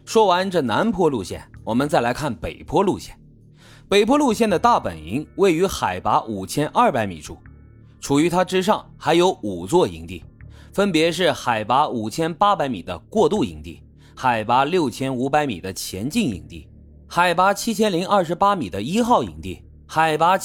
说完这南坡路线，我们再来看北坡路线。北坡路线的大本营位于海拔5200米处，处于它之上还有5座营地，分别是海拔5800米的过渡营地，海拔6500米的前进营地，海拔7028米的1号营地，海拔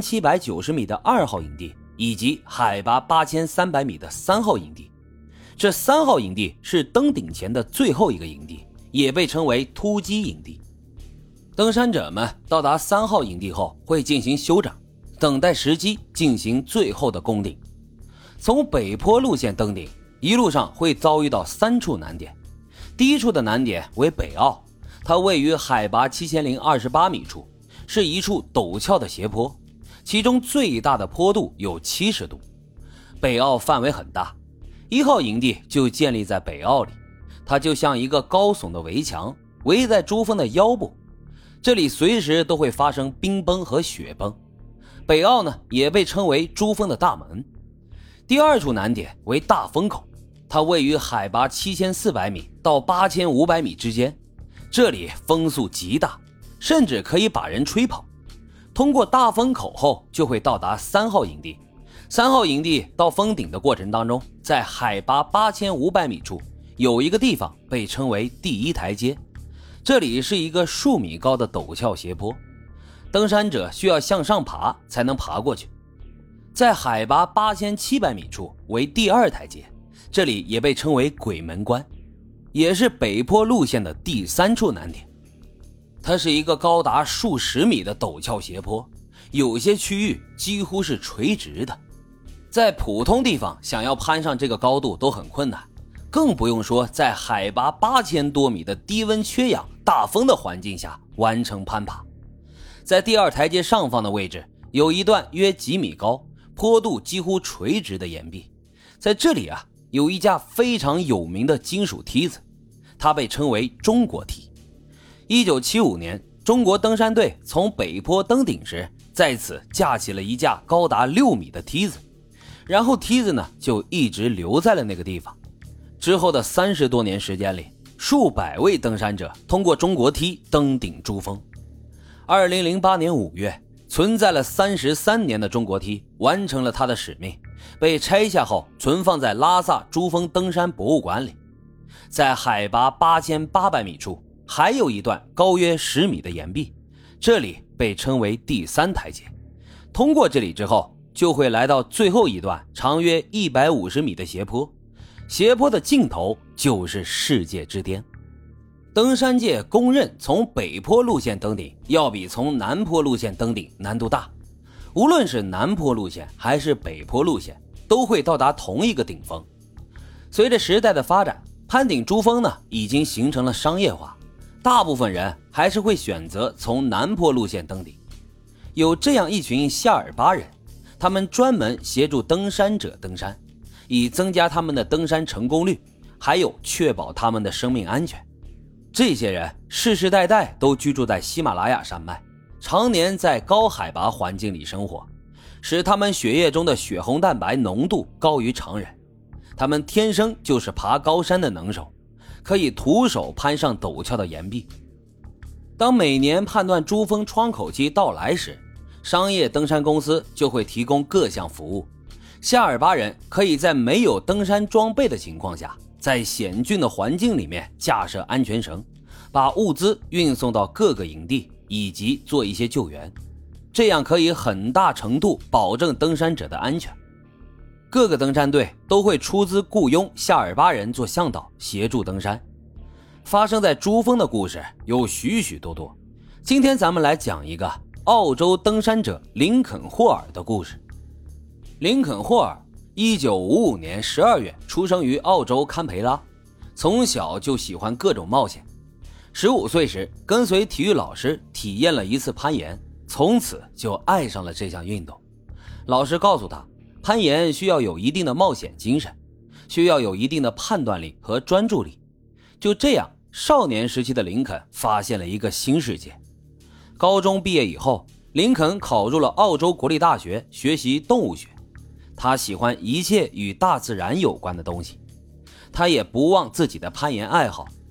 7790米的2号营地，以及海拔8300米的3号营地。这3号营地是登顶前的最后一个营地，也被称为突击营地。登山者们到达3号营地后会进行休整，等待时机进行最后的攻顶。从北坡路线登顶，一路上会遭遇到3处难点。第一处的难点为北坳，它位于海拔7028米处，是一处陡峭的斜坡，其中最大的坡度有70度。北坳范围很大，1号营地就建立在北坳里，它就像一个高耸的围墙，围在珠峰的腰部。这里随时都会发生冰崩和雪崩。北坳呢，也被称为珠峰的大门。第2处难点为大风口，它位于海拔7400米到8500米之间，这里风速极大，甚至可以把人吹跑。通过大风口后就会到达3号营地。3号营地到峰顶的过程当中，在海拔8500米处有一个地方被称为第1台阶，这里是一个数米高的陡峭斜坡，登山者需要向上爬才能爬过去。在海拔8700米处为第2台阶，这里也被称为鬼门关，也是北坡路线的第3处难点。它是一个高达数十米的陡峭斜坡，有些区域几乎是垂直的，在普通地方想要攀上这个高度都很困难，更不用说在海拔8000多米的低温缺氧大风的环境下完成攀爬。在第2台阶上方的位置有一段约几米高，坡度几乎垂直的岩壁，在这里有一架非常有名的金属梯子，它被称为中国梯。1975年，中国登山队从北坡登顶时，在此架起了一架高达6米的梯子，然后梯子呢就一直留在了那个地方。之后的30多年时间里，数百位登山者通过中国梯登顶珠峰。2008年5月，存在了33年的中国梯完成了它的使命，被拆下后存放在拉萨珠峰登山博物馆里。在海拔8800米处还有一段高约10米的岩壁，这里被称为第3台阶。通过这里之后，就会来到最后一段长约150米的斜坡，斜坡的尽头就是世界之巅。登山界公认从北坡路线登顶要比从南坡路线登顶难度大，无论是南坡路线还是北坡路线都会到达同一个顶峰。随着时代的发展，攀顶珠峰呢已经形成了商业化，大部分人还是会选择从南坡路线登顶。有这样一群夏尔巴人，他们专门协助登山者登山，以增加他们的登山成功率，还有确保他们的生命安全。这些人世世代代都居住在喜马拉雅山脉，常年在高海拔环境里生活，使他们血液中的血红蛋白浓度高于常人。他们天生就是爬高山的能手，可以徒手攀上陡峭的岩壁。当每年判断珠峰窗口期到来时，商业登山公司就会提供各项服务。夏尔巴人可以在没有登山装备的情况下，在险峻的环境里面架设安全绳，把物资运送到各个营地，以及做一些救援，这样可以很大程度保证登山者的安全。各个登山队都会出资雇佣夏尔巴人做向导，协助登山。发生在珠峰的故事有许许多多，今天咱们来讲一个澳洲登山者林肯霍尔的故事。林肯霍尔1955年12月出生于澳洲堪培拉，从小就喜欢各种冒险。15岁时跟随体育老师体验了一次攀岩，从此就爱上了这项运动。老师告诉他，攀岩需要有一定的冒险精神，需要有一定的判断力和专注力。就这样，少年时期的林肯发现了一个新世界。高中毕业以后，林肯考入了澳洲国立大学学习动物学。他喜欢一切与大自然有关的东西，他也不忘自己的攀岩爱好，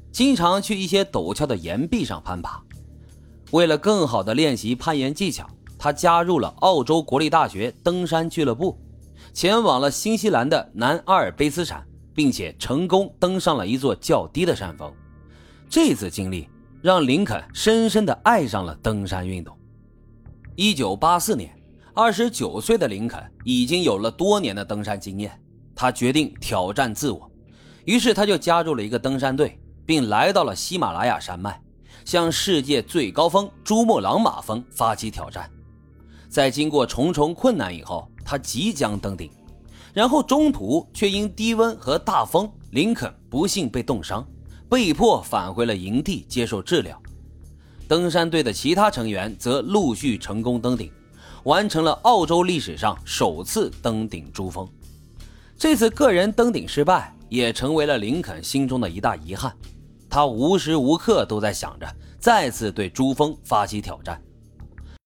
经常去一些陡峭的岩壁上攀爬。为了更好地练习攀岩技巧，他加入了澳洲国立大学登山俱乐部，前往了新西兰的南阿尔卑斯山，并且成功登上了一座较低的山峰。这次经历让林肯深深地爱上了登山运动。1984年，29岁的林肯已经有了多年的登山经验，他决定挑战自我，于是他就加入了一个登山队，并来到了喜马拉雅山脉，向世界最高峰珠穆朗玛峰发起挑战。在经过重重困难以后，他即将登顶，然后中途却因低温和大风，林肯不幸被冻伤，被迫返回了营地接受治疗。登山队的其他成员则陆续成功登顶，完成了澳洲历史上首次登顶珠峰。这次个人登顶失败也成为了林肯心中的一大遗憾，他无时无刻都在想着再次对珠峰发起挑战。